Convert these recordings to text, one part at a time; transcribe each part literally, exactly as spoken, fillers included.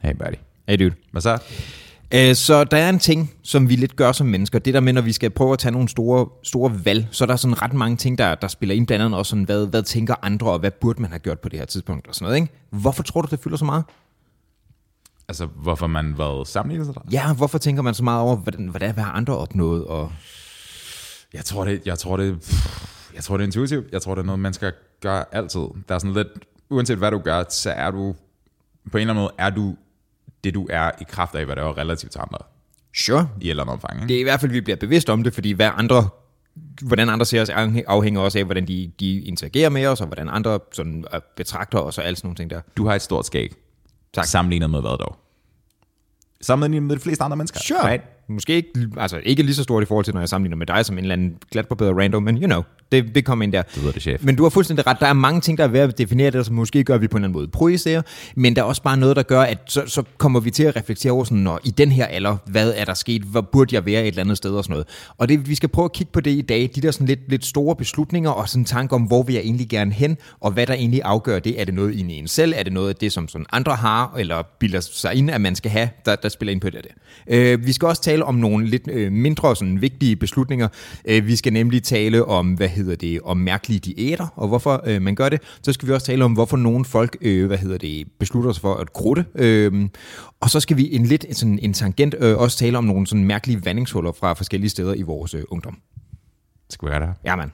Hey buddy. Hey dude. Hvad så? Uh, så der er en ting, som vi lidt gør som mennesker. Det der med, når vi skal prøve at tage nogle store, store valg, så er der sådan ret mange ting, der, der spiller ind. Blandt andet også sådan, hvad, hvad tænker andre, og hvad burde man have gjort på det her tidspunkt og sådan noget, ikke? Hvorfor tror du, det fylder så meget? Altså, hvorfor man hvad sammenligner sig der? Ja, hvorfor tænker man så meget over, hvordan, hvordan hvad har andre opnået? Og... Jeg tror det, jeg tror det, jeg tror det er intuitivt. Jeg tror det er noget, mennesker gør altid. Der er sådan lidt, uanset hvad du gør, så er du, på en eller anden måde, er du det, du er i kraft af, hvad der er relativt til andre. Sure. I et eller andet omfang, ikke? Det er i hvert fald, vi bliver bevidst om det, fordi hvad andre, hvordan andre ser os afhænger også af, hvordan de, de interagerer med os, og hvordan andre sådan, betragter os og alle sådan nogle ting der. Du har et stort skæg. Tak. Sammenlignet med hvad dog? Sammenlignet med de fleste andre mennesker. Sure. Right. Måske ikke, altså ikke lige så stort i forhold til, når jeg sammenligner med dig som en eller anden glatbarberet random, men you know, det, det kommer ind der. Det ved det, chef. Men du har fuldstændig ret. Der er mange ting, der er ved at definere det, som måske gør, at vi på en eller anden måde projicerer, men der er også bare noget, der gør, at så, så kommer vi til at reflektere over sådan, når i den her alder, hvad er der sket, hvor burde jeg være et eller andet sted og sådan noget. Og det, vi skal prøve at kigge på det i dag, de der sådan lidt, lidt store beslutninger og sådan en tanke om, hvor vil jeg egentlig gerne hen, og hvad der egentlig afgør det. Er det noget inde i en selv? Er det noget af det, som sådan andre har, eller bilder sig ind, at man skal have, der, der spiller ind på det? Øh, vi skal også tale om nogle lidt øh, mindre sådan vigtige beslutninger. Øh, vi skal nemlig tale om, hvad hedder det, om mærkelige diæter, og hvorfor øh, man gør det. Så skal vi også tale om, hvorfor nogle folk, øh, hvad hedder det, beslutter sig for at krutte. Øh, og så skal vi en lidt sådan en tangent øh, også tale om nogle sådan mærkelige vandingshuller fra forskellige steder i vores øh, ungdom. Skal vi gøre det? Ja, mand.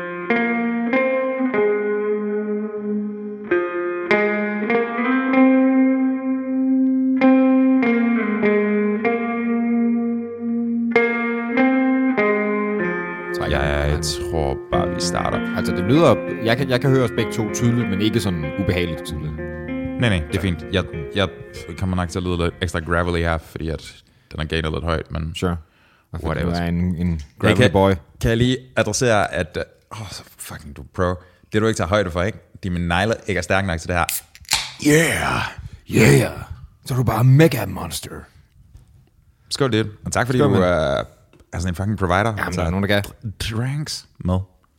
Jeg tror bare, vi starter. Altså, det lyder... Jeg kan, jeg kan høre os begge to tydeligt, men ikke sådan ubehageligt tydeligt. Nej, nej, det er fint. Jeg, jeg kommer nok til at lyde lidt ekstra gravelly her, fordi at den er ganet lidt højt, men... Sure. Whatever. Du er en, en gravelly kan, boy. Kan jeg lige adressere, at... Åh, oh, så fucking du pro. Det du ikke tager højde for, ikke? De mine negle ikke er stærke nok til det her. Yeah! Yeah! Så er du bare mega monster. Skål det. Og tak fordi Skål, du uh, er sådan en fucking provider. Jamen, altså, der er nogen, der kan. Drinks med.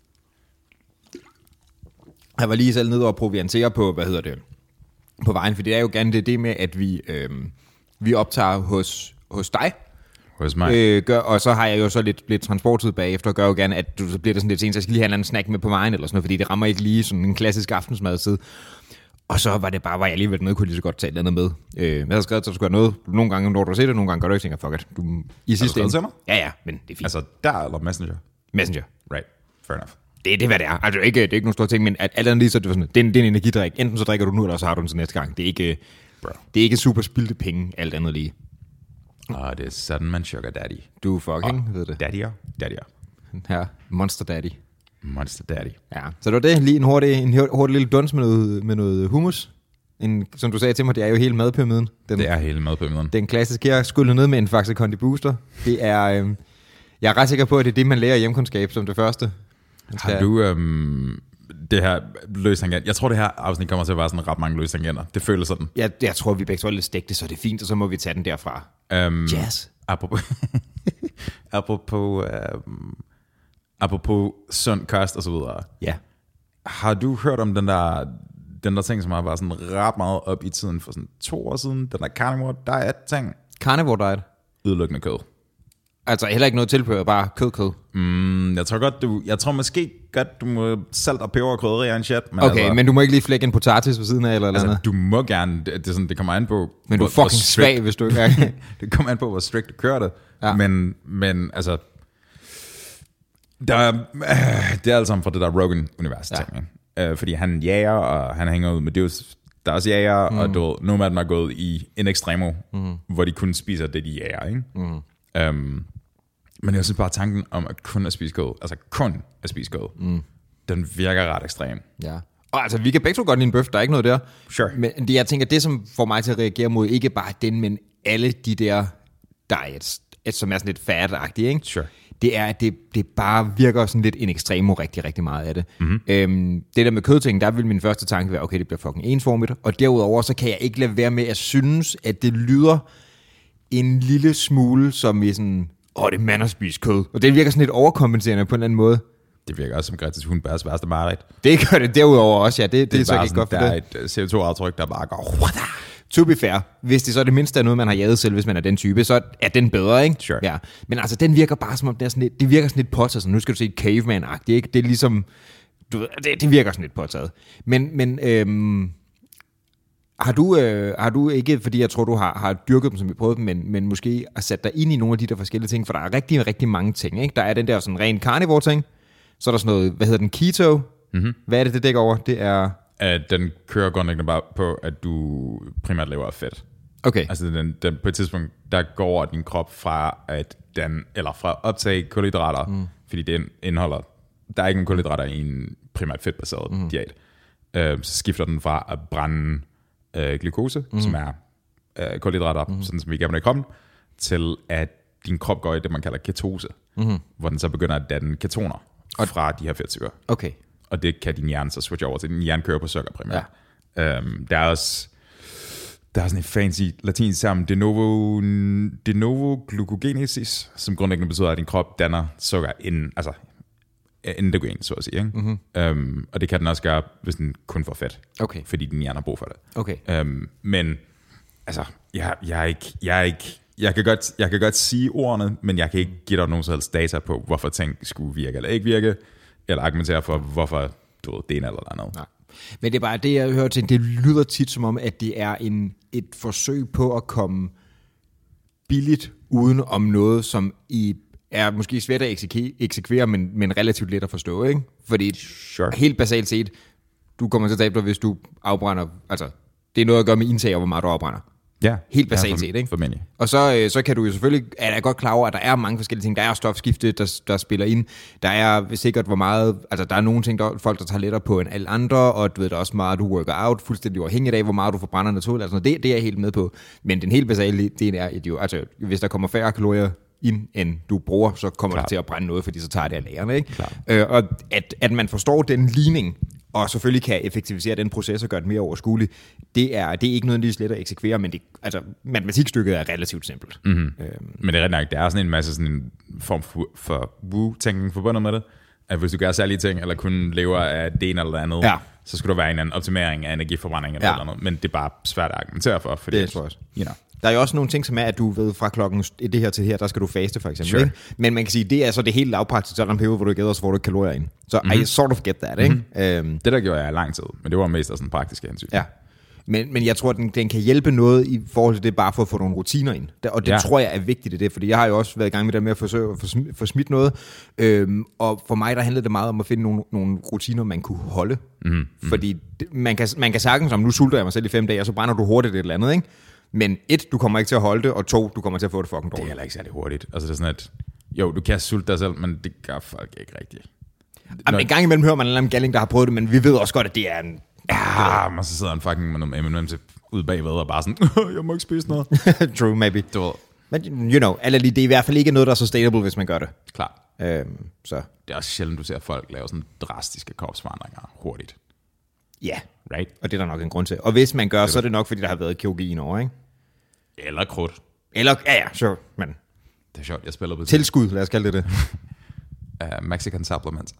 Jeg var lige selv nede og proviantere på, hvad hedder det, på vejen, for det er jo gerne det, det med, at vi, øh, vi optager hos, hos dig. Hos mig. Øh, gør, og så har jeg jo så lidt, lidt transporttid bagefter, og gør jo gerne, at du, så bliver det sådan lidt sent, så jeg skal lige have en anden snack med på vejen, eller sådan noget, fordi det rammer ikke lige sådan en klassisk aftensmadstid. Og så var det bare, var jeg alligevel noget, kunne lige så godt tage et eller andet med. Øh, jeg havde skrevet, at du skulle have noget, nogle gange når du ser det, nogle gange gør du ikke, tænker, fuck it. Du, i sidste ende. Ja, ja, men det er fint. Altså der eller Messenger? Messenger. Right, fair enough. Det, det er, hvad det er. Altså, ikke, det er ikke nogen store ting, men at alt andet lige, så er det sådan, det er, en, det er en energidrik. Enten så drikker du nu, eller så har du den til næste gang. Det er ikke, bro. Det er ikke super spildte penge, alt andet lige. Og det er sådan, man sugar daddy. Du er fucking, oh, ved det. Daddy'er, daddy'er. Her, monster daddy. Monster daddy. Ja, så det var det. Lige en hurtig, en hurtig lille duns med noget, med noget hummus. En, som du sagde til mig, det er jo hele madpyramiden. Den, det er hele madpyramiden. Den klassiske, jeg skulle ned med en Faxe Kondi Booster. Det er, øh, jeg er ret sikker på, at det er det, man lærer i hjemkundskab som det første. Har du øhm, det her løstangent? Jeg tror, det her afsnit kommer til at være sådan ret mange løstangenter. Det føles sådan. Jeg, jeg tror, vi begge to er lidt stegte, så det er fint, og så må vi tage den derfra. Um, Jazz. Apropos, apropos, um, apropos sund kost og så videre. Ja. Har du hørt om den der, den der ting, som har været sådan ret meget op i tiden for sådan to år siden? Den der carnivore diet ting? Carnivore diet? Udelukkende kød. Altså heller ikke noget tilbehør, bare kød, kød. Mm, jeg tror godt, du, jeg tror måske godt, du må salt og peber og krydderier en shit. Men okay, altså, men du må ikke lige flække en potatis ved siden af, eller altså, noget? Du må gerne, det, det, er sådan, det kommer an på... Men du er fucking svag, hvis du ikke er. Det kommer an på, hvor strict du kører det. Ja. Men, men altså... Der, øh, det er alt sammen fra det der Rogan-univers ting, ja. øh, fordi han jager, og han hænger ud med dudes, der også jager, mm. og du, nogle af dem er gået i en ekstremo, mm. hvor de kun spiser det, de jager, ikke? Mm. Um, men jeg synes bare, tanken om at kun at spise kød, altså kun at spise kød, mm. den virker ret ekstrem. Ja. Og altså, vi kan begge to godt lide en bøf, der er ikke noget der. Sure. Men det, jeg tænker, det som får mig til at reagere mod, ikke bare den, men alle de der diets, som er sådan lidt fat-agtige, ikke? Sure. Det er, at det, det bare virker sådan lidt en ekstremo rigtig, rigtig meget af det. Mm-hmm. Øhm, det der med kødting, der vil min første tanke være, okay, det bliver fucking ensformigt. Og derudover, så kan jeg ikke lade være med at synes, at det lyder en lille smule som i sådan, åh, det er mand at spise kød. Og det virker sådan lidt overkompenserende på en eller anden måde. Det virker også som Gretas Thunbergs værste mareridt. Det gør det derudover også, ja. Det, det, det er så ikke sådan, godt for der det. Der er et C O to aftryk, der bare går... To be fair, hvis det så er det mindste er noget, man har jaget selv, hvis man er den type, så er den bedre, ikke? Sure. Ja. Men altså, den virker bare som om, det, er sådan lidt, det virker sådan lidt påtaget. Nu skal du se et caveman-agtigt, ikke? Det er ligesom, du ved, det, det virker sådan lidt påtaget. Men, men øhm, har, du, øh, har du ikke, fordi jeg tror, du har, har dyrket dem, som vi prøvede dem, men, men måske har sat dig ind i nogle af de der forskellige ting, for der er rigtig, rigtig mange ting, ikke? Der er den der sådan ren carnivore-ting, så er der sådan noget, hvad hedder den, keto? Mm-hmm. Hvad er det, det dækker over? Det er... At den kører grundlæggende bare på, at du primært lever af fedt. Okay. Altså den, den, på et tidspunkt, der går din krop fra at den, eller fra optage kulhydrater, mm. fordi det indeholder, der er ikke nogen kulhydrater i en primært fedtbaseret mm. diæt. Øh, så skifter den fra at brænde øh, glukose, mm. som er øh, kulhydrater, mm. sådan som vi gemmer i kroppen, til at din krop går i det, man kalder ketose, mm. hvor den så begynder at danne ketoner fra de her fedtsyrer. Okay. Og det kan din hjerne så switche over til. Din hjerne kører på sukker primært. Ja. Øhm, der er også der er sådan en fancy latinsk term, de novo, de novo glucogenesis, som grundlæggende betyder, at din krop danner sukker inden, altså endogen, så at sige. Ikke? Mm-hmm. Øhm, og det kan den også gøre, hvis den kun får fedt. Okay. Fordi din hjerne har brug for det. Okay. Øhm, men altså, jeg, jeg er ikke, jeg er ikke, jeg kan, godt, jeg kan godt sige ordene, men jeg kan ikke give dig nogen som helst data på, hvorfor ting skulle virke eller ikke virke, eller argumentere for, hvorfor du ved, det ene eller andet. Nej. Men det er bare det, jeg hører til, det lyder tit som om, at det er en, et forsøg på at komme billigt uden om noget, som i er måske svært at eksekvere, men, men relativt let at forstå, ikke? Fordi sure. Helt basalt set, du kommer til at tabe dig, hvis du afbrænder, altså det er noget at gøre med indtag, og hvor meget du afbrænder. Ja, helt basalt ja, for, set, ikke? Formentlig. Og så, så kan du jo selvfølgelig, er jeg godt klar over, at der er mange forskellige ting. Der er stofskifte, der, der spiller ind. Der er sikkert, hvor meget, altså der er nogle ting, der folk, der tager lettere på end alle andre, og du ved, der er også meget, du worker out, fuldstændig afhængigt af, hvor meget du forbrænder naturligt. Altså det, det er jeg helt med på. Men den helt basale, det er jo, altså hvis der kommer færre kalorier ind, end du bruger, så kommer Klar. det til at brænde noget, fordi så tager det af lagerne, ikke? Øh, og at, at man forstår den ligning, og selvfølgelig kan effektivisere den proces og gøre det mere overskueligt, det er, det er ikke noget, der er let at eksekvere, men det, altså, matematikstykket er relativt simpelt. Mm-hmm. Øhm. Men det er ret nok, der er sådan en masse sådan en form for, for woo-tænkning forbundet med det, at hvis du gør særlige ting, eller kun lever af det ene eller det andet, ja. så skal du være en anden optimering af energiforbrænding eller, ja. eller andet, men det er bare svært at argumentere for, fordi, det tror jeg også. You know. Der er jo også nogle ting, som er, at du ved, fra klokken det her til her, der skal du faste, for eksempel. Sure. Ikke? Men man kan sige, det er så det helt lavpraktisk, så er der en periode, hvor du gæder, så får du ikke kalorier ind. Så mm-hmm. I sort of get that, ikke? Mm-hmm. Um, det der gjorde jeg i lang tid, men det var mest af sådan praktiske hensyn. Ja. Men, men jeg tror, at den, den kan hjælpe noget i forhold til det, bare for at få nogle rutiner ind. Og det ja. tror jeg er vigtigt i det, fordi jeg har jo også været i gang med det med at forsøge at få smidt noget. Øhm, og for mig, der handlede det meget om at finde nogle, nogle rutiner, man kunne holde. Mm-hmm. Fordi man kan, man kan sagtens, som nu sulter jeg mig selv i fem dage, og så brænder du hurtigt et eller andet, ikke? Men et, du kommer ikke til at holde det, og to, du kommer til at få det fucking dårligt. Det er heller ikke særlig hurtigt. Altså det er sådan, at jo, du kan sulte dig selv, men det gør folk ikke rigtigt. Jamen, en gang imellem hører man en eller anden galning, der har prøvet det, men vi ved også godt, at det er en... Ja, men så sidder han fucking med nogle M and M's ude bagved og bare sådan, jeg må ikke spise noget. True, maybe. Du men you know, eller det er i hvert fald ikke noget, der er sustainable, hvis man gør det. Klar. Øhm, så. Det er også sjældent, du ser folk lave sådan drastiske kropsforandringer hurtigt. Ja, yeah. Right? Og det er der nok en grund til. Og hvis man gør, det så er det nok, fordi der har været kirurgi over, ikke? Eller krudt. Eller, ja ja, sure, men... Det er sjovt, jeg spiller på... Tilskud, lad os kalde det det. uh, Mexican supplements.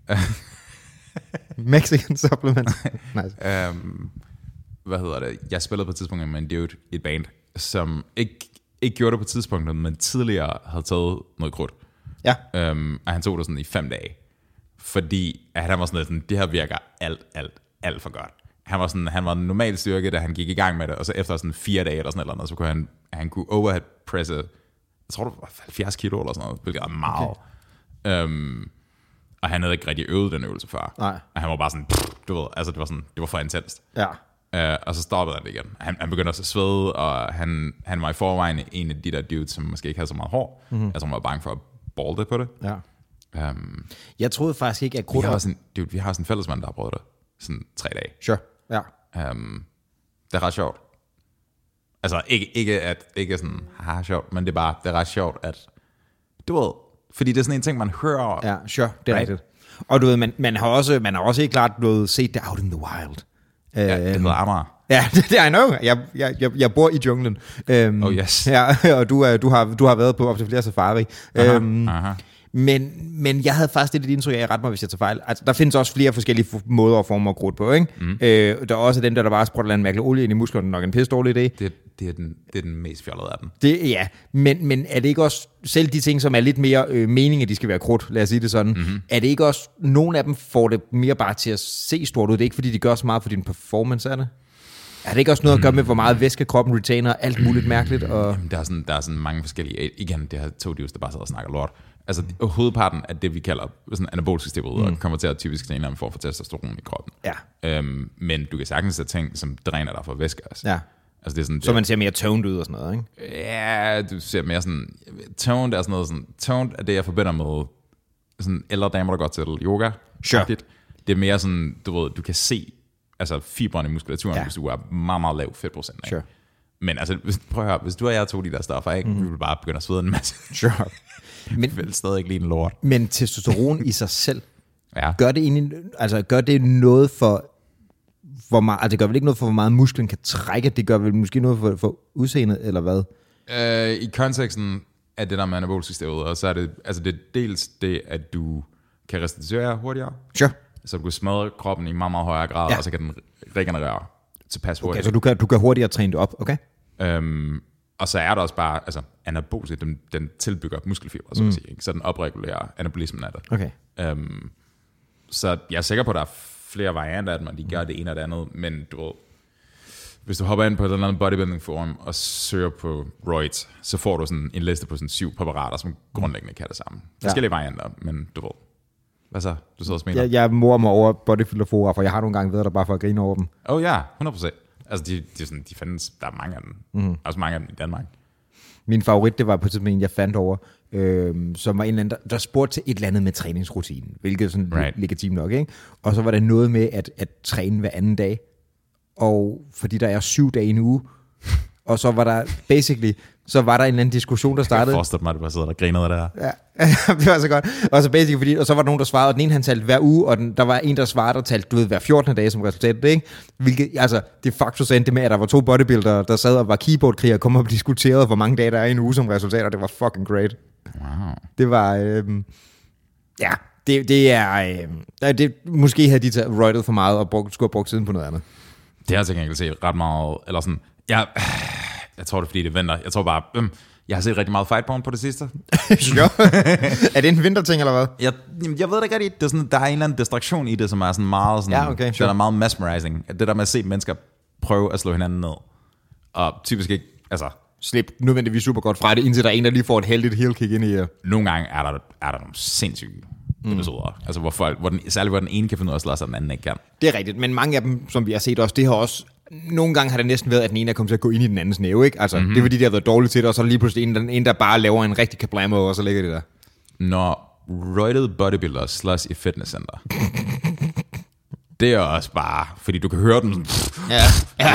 Mexican supplements. Nice. Um, hvad hedder det? Jeg spillede på et tidspunkt med en dude i et band, som ikke, ikke gjorde det på tidspunktet, men tidligere havde taget noget krudt. Ja. Um, og han tog det sådan i fem dage. Fordi at han var sådan lidt sådan, det her virker alt, alt, alt for godt. Han var sådan, han var en normal styrke, da han gik i gang med det, og så efter sådan fire dage eller sådan noget, andet, så kunne han, han kunne overhead presse, jeg tror det var halvfjerds kilo eller sådan noget, hvilket er meget. Okay. Um, og han havde ikke rigtig øvet den øvelse før. Nej. Og han var bare sådan, pff, du ved, altså det var sådan, det var for intenst. Ja. Uh, og så stoppede han det igen. Han, han begyndte også at svede, og han, han var i forvejen en af de der dudes, som måske ikke havde så meget hår. Mm-hmm. Altså han var bange for at balde på det. Ja. Um, jeg troede faktisk ikke, at krudt... Vi har sådan, dude, vi har sådan en fællesmand, der har prøvet det. Sådan tre dage. Sure. Ja. Um, det er ret sjovt. Altså ikke, ikke at ikke sådan haha sjovt, men det er bare det er ret sjovt at du ved, fordi det er sådan en ting man hører. Ja, sure, det er right? rigtigt. Og du ved, man, man har også man har også helt klart blevet set det out in the wild. Ja, det hedder Amager. Ja, det er I know. Jeg, jeg, jeg, jeg bor i junglen. Um, oh yes. Ja, og du, du har du har været på op til flere safari. Aha, um, aha. Men, men jeg havde faktisk lidt et indtryk af, at jeg ret mig, hvis jeg tager fejl. Altså, der findes også flere forskellige måder og former at krudt på, ikke? Mm. Øh, der er også dem, der, der bare sprøjter en mærkelig olie ind i musklerne, nok en pisse dårlig idé. Det, det, er den, det er den mest fjollede af dem. Det, ja, men, men er det ikke også, selv de ting, som er lidt mere øh, mening, at de skal være krudt, lad os sige det sådan, mm-hmm. er det ikke også, nogle af dem får det mere bare til at se stort ud? Det er ikke, fordi de gør så meget for din performance, er det? Er det ikke også noget at gøre med, hvor meget væske kroppen retainer, alt muligt mærkeligt? Og... Jamen, der, er sådan, der er sådan mange forskellige... Igen, det her to divs, der bare sidder og snakker lort. Altså, hovedparten af det, vi kalder sådan anaboliske steroider, mm. kommer til at typisk til en eller anden form for testosteron i kroppen. Ja. Øhm, men du kan sagtens se ting, som dræner dig for væske. Altså. Ja. Altså, det er sådan, så man ser mere toned ud og sådan noget, ikke? Ja, du ser mere sådan... Toned er sådan noget sådan... Toned er det, jeg forbinder med sådan ældre damer, der går til yoga. Sure. Det er mere sådan, du ved, du kan se altså fibrene i muskulaturen, ja. Hvis du er meget, meget lav fedtprocent. Sure. Men altså, prøv at høre, hvis du og jeg tog de der stoffer, ikke? Mm. Vi vil bare begynde at svede en masse. Sure. Men vil stadig ikke lide en lort. Men testosteron i sig selv, ja. gør det egentlig, altså gør det noget for, hvor meget, altså det gør vel ikke noget for, hvor meget musklen kan trække, det gør vel måske noget for, for udseendet, eller hvad? Øh, I konteksten af det der med anaboliske steroider, så er det, altså det er dels det, at du kan restituere hurtigere. Sure. Så du kan smadre kroppen i meget, meget højere grad, ja. Og så kan den regenerere tilpas hurtigt. Okay, så du kan, du kan hurtigere træne det op, okay? Øhm, og så er der også bare, altså anabolisk, den, den tilbygger muskelfibre, så, mm. sige, ikke? Så den opregulerer anabolismen af det. Okay. Øhm, så jeg er sikker på, at der er flere varianter af dem, og de gør det ene og det andet, men du ved, hvis du hopper ind på et eller andet bodybuilding forum og søger på roids, så får du sådan en liste på sådan syv præparater, som grundlæggende kan det samme. Forskellige ja. Varianter, men du ved. Hvad så? Du sidder og smiler. Jeg, jeg morer mig over bodybuilder-fora, for jeg har nogle gange været der bare for at grine over dem. Åh oh, ja, hundrede procent. Altså, de, de, sådan, de findes, der er mange af dem. Mm. Også mange af dem i Danmark. Min favorit, det var på tidspunkt en, jeg fandt over, øhm, som var en eller anden, der, der spurgte til et eller andet med træningsrutinen, hvilket er sådan right. legitimt nok, ikke? Og så var der noget med at, at træne hver anden dag, og fordi der er syv dage i en uge, og så var der basically, så var der en eller anden diskussion, der startede. Jeg forestiller mig, at du bare sidder og grinede der. Ja, det var så godt. Og så basically, fordi, og så var der nogen, der svarede, og den ene han talte hver uge, og den, der var en, der svarede, der talte, du ved, hver fjortende dag som resultat, ikke? Hvilket, altså, det faktisk endte med, at der var to bodybuildere, der sad og var keyboardkrigere, og kom og diskuterede, hvor mange dage der er i en uge som resultat, og det var fucking great. Wow. Det var, øhm, ja, det, det er, øhm, det, måske havde de taget roidet for meget, og brugt, skulle have brugt tiden på noget andet. Det har jeg til gengæld set ret meget, eller sådan, ja, jeg tror det er fordi det venter. Jeg tror bare, øhm, jeg har set rigtig meget fight porn på det sidste. Sure. Er det en vinterting eller hvad? Jeg, jeg ved det ikke rigtigt. Det er sådan, der er en eller anden distraktion i det, som er sådan meget sådan, ja, okay, sure. Det er meget mesmerizing. Det der med at se mennesker prøve at slå hinanden ned. Og typisk ikke, altså... Slip nødvendigvis super godt fra det, indtil der er en, der lige får et heldigt heel kick ind i jer. Nogle gange er der, er der nogle sindssyge mm. episoder. Altså hvor folk, hvor den, særligt hvor den ene kan finde ud af at slå sig, den anden ikke kan. Det er rigtigt, men mange af dem, som vi har set også, det har også... Nogle gange har det næsten været, at den ene er kommet til at gå ind i den andens næve, ikke? Altså, mm-hmm. det er fordi, de har været dårlige til det, og så er der lige pludselig en, en der bare laver en rigtig kablamo, og så ligger det der. Når roided bodybuilders slås i fitnesscenter, det er også bare, fordi du kan høre dem sådan... Ja, ja.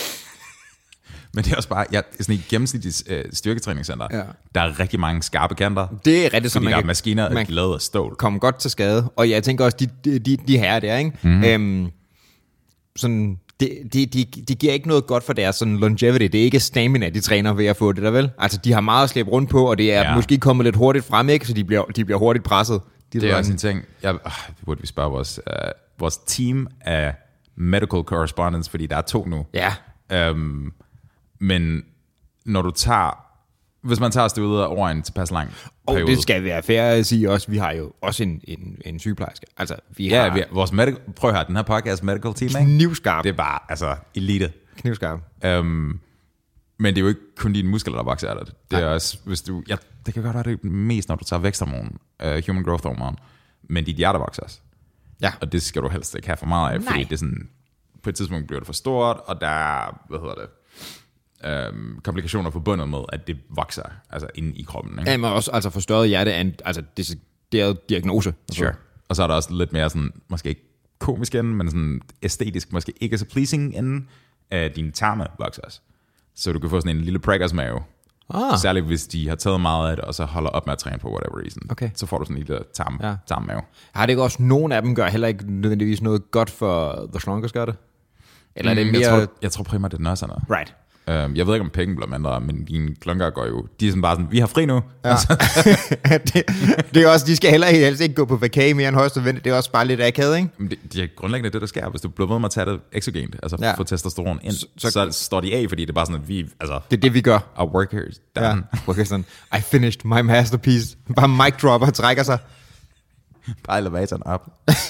Men det er også bare, ja, sådan i gennemsnitligt øh, styrketræningscenter, ja. Der er rigtig mange skarpe kanter. Det er rigtigt, som man der kan... er maskiner, der er lavet af stål. Kom godt til skade, og jeg tænker også, de, de, de her der, ikke? Mm-hmm. Øhm, sådan... Det, de, de, de giver ikke noget godt for deres sådan longevity. Det er ikke stamina, de træner ved at få det der, vel? Altså, de har meget at slæbe rundt på, og det er ja. Måske kommet lidt hurtigt frem, ikke? Så de bliver, de bliver hurtigt presset. De det er også en ting. Jeg, øh, det burde vi spørge vores, øh, vores team af medical correspondents, fordi der er to nu. Ja. Øhm, men når du tager... Hvis man tager os derude over en tilpas lang periode... Og det skal være fair at sige også, vi har jo også en, en, en sygeplejerske. Altså, vi ja, har... Vi har, vores medical, prøv at høre, den her podcast medical team, ikke? Knivskarp. Det er bare, altså, elite. Knivskarp. Øhm, men det er jo ikke kun dine muskler, der vokser af det. Det er også, hvis du... Ja, det kan godt være det mest, når du tager væksthormon, uh, human growth hormone, men dit hjerte vokser også. Ja. Og det skal du helst ikke have for meget af, Nej. fordi det er sådan... På et tidspunkt bliver det for stort, og der er, hvad hedder det... Øhm, komplikationer forbundet med, at det vokser altså inde i kroppen. Ikke? Ja, men også altså forstørret hjerte er en altså, det er diagnose. Sure. Og så er der også lidt mere sådan, måske ikke komisk ende, men sådan æstetisk, måske ikke så pleasing ende af dine tarme vokser også. Så du kan få sådan en lille preggers mave. Ah. Særligt hvis de har taget meget af det, og så holder op med at træne på whatever reason. Okay. Så får du sådan en lille tarm, ja. tarmmave. Har det ikke også, nogen af dem gør heller ikke nødvendigvis noget godt for The Strongest, gør det? Eller er det mere... Jeg tror, jeg tror primært, det er nødserne. Right. Um, jeg ved ikke, om penge bliver mindre, men dine klunker går jo... De er sådan bare sådan, vi har fri nu. Ja. det, det er også, de skal heller helst ikke gå på vacay mere end højst nødvendigt. Det er også bare lidt akavet, ikke? Men det, det er grundlæggende det, der sker. Hvis du bliver ved med at tage det exogent, altså ja. få testosteron ind, så, så, så står de af, fordi det er bare sådan, at vi... Altså, det er det, vi gør. Our workers done. Ja, workers done. I finished my masterpiece. Bare mic dropper trækker sig. Bare elevatoren op.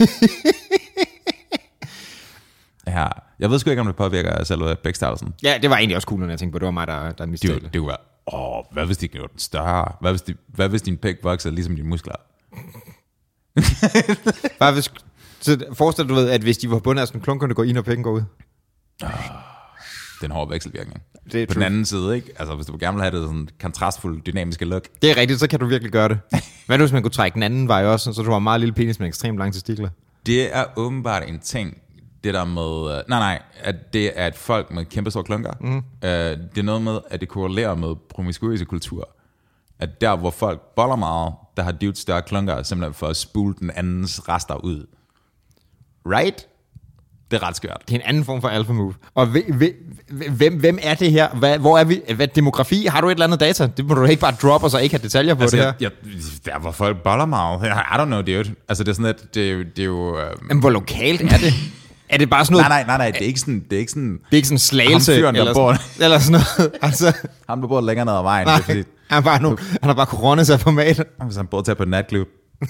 Ja, jeg ved sgu ikke, om det påvirker selve bækstærelsen. Ja, det var egentlig også cool, når jeg tænkte på, det var mig, der, der mistede det. Det, det var, åh, hvad hvis de gjorde den større? Hvad hvis, de, hvad hvis din pæk vokser ligesom dine muskler? Bare hvis, så forestil dig, du ved, at hvis de var bundet af sådan, klunkerne går ind, og pækken går ud. Oh, den hårde vekselvirkning. Det er på true. Den anden side, ikke? Altså, hvis du gerne vil have det sådan kontrastfuldt, dynamiske look. Det er rigtigt, så kan du virkelig gøre det. Hvad nu, hvis man kunne trække den anden vej også, så du har meget lille penis med ekstremt lange testikler? Det er åbenbart en ting, det der med... Uh, nej, nej, at det er et folk med kæmpe store klunker. Mm. Uh, det er noget med, at det korrelerer med promiskuøse kultur. At der, hvor folk boller meget, der har dybt større klunker, simpelthen for at spule den andens rester ud. Right? Det er ret skørt. Det er en anden form for alpha move. Og hvem, hvem er det her? Hvad, hvor er vi? Hvad, demografi? Har du et eller andet data? Det må du ikke bare droppe, og så ikke have detaljer på altså, det her. Jeg, jeg, der hvor folk boller meget. I don't know, dude. Altså det er sådan, at det, det er jo... Um... Men hvor lokalt er det? Er det bare sådan noget... Nej, nej, nej, nej. Det er ikke sådan... Det er ikke sådan, det er ikke sådan Slagelse fyren, eller, bor... sådan, eller sådan noget. Altså... Han bor længere ned ad vejen. Nej, det er fordi... han, har bare nu, han har bare corona sig format. Hvis han bor til på en natklub.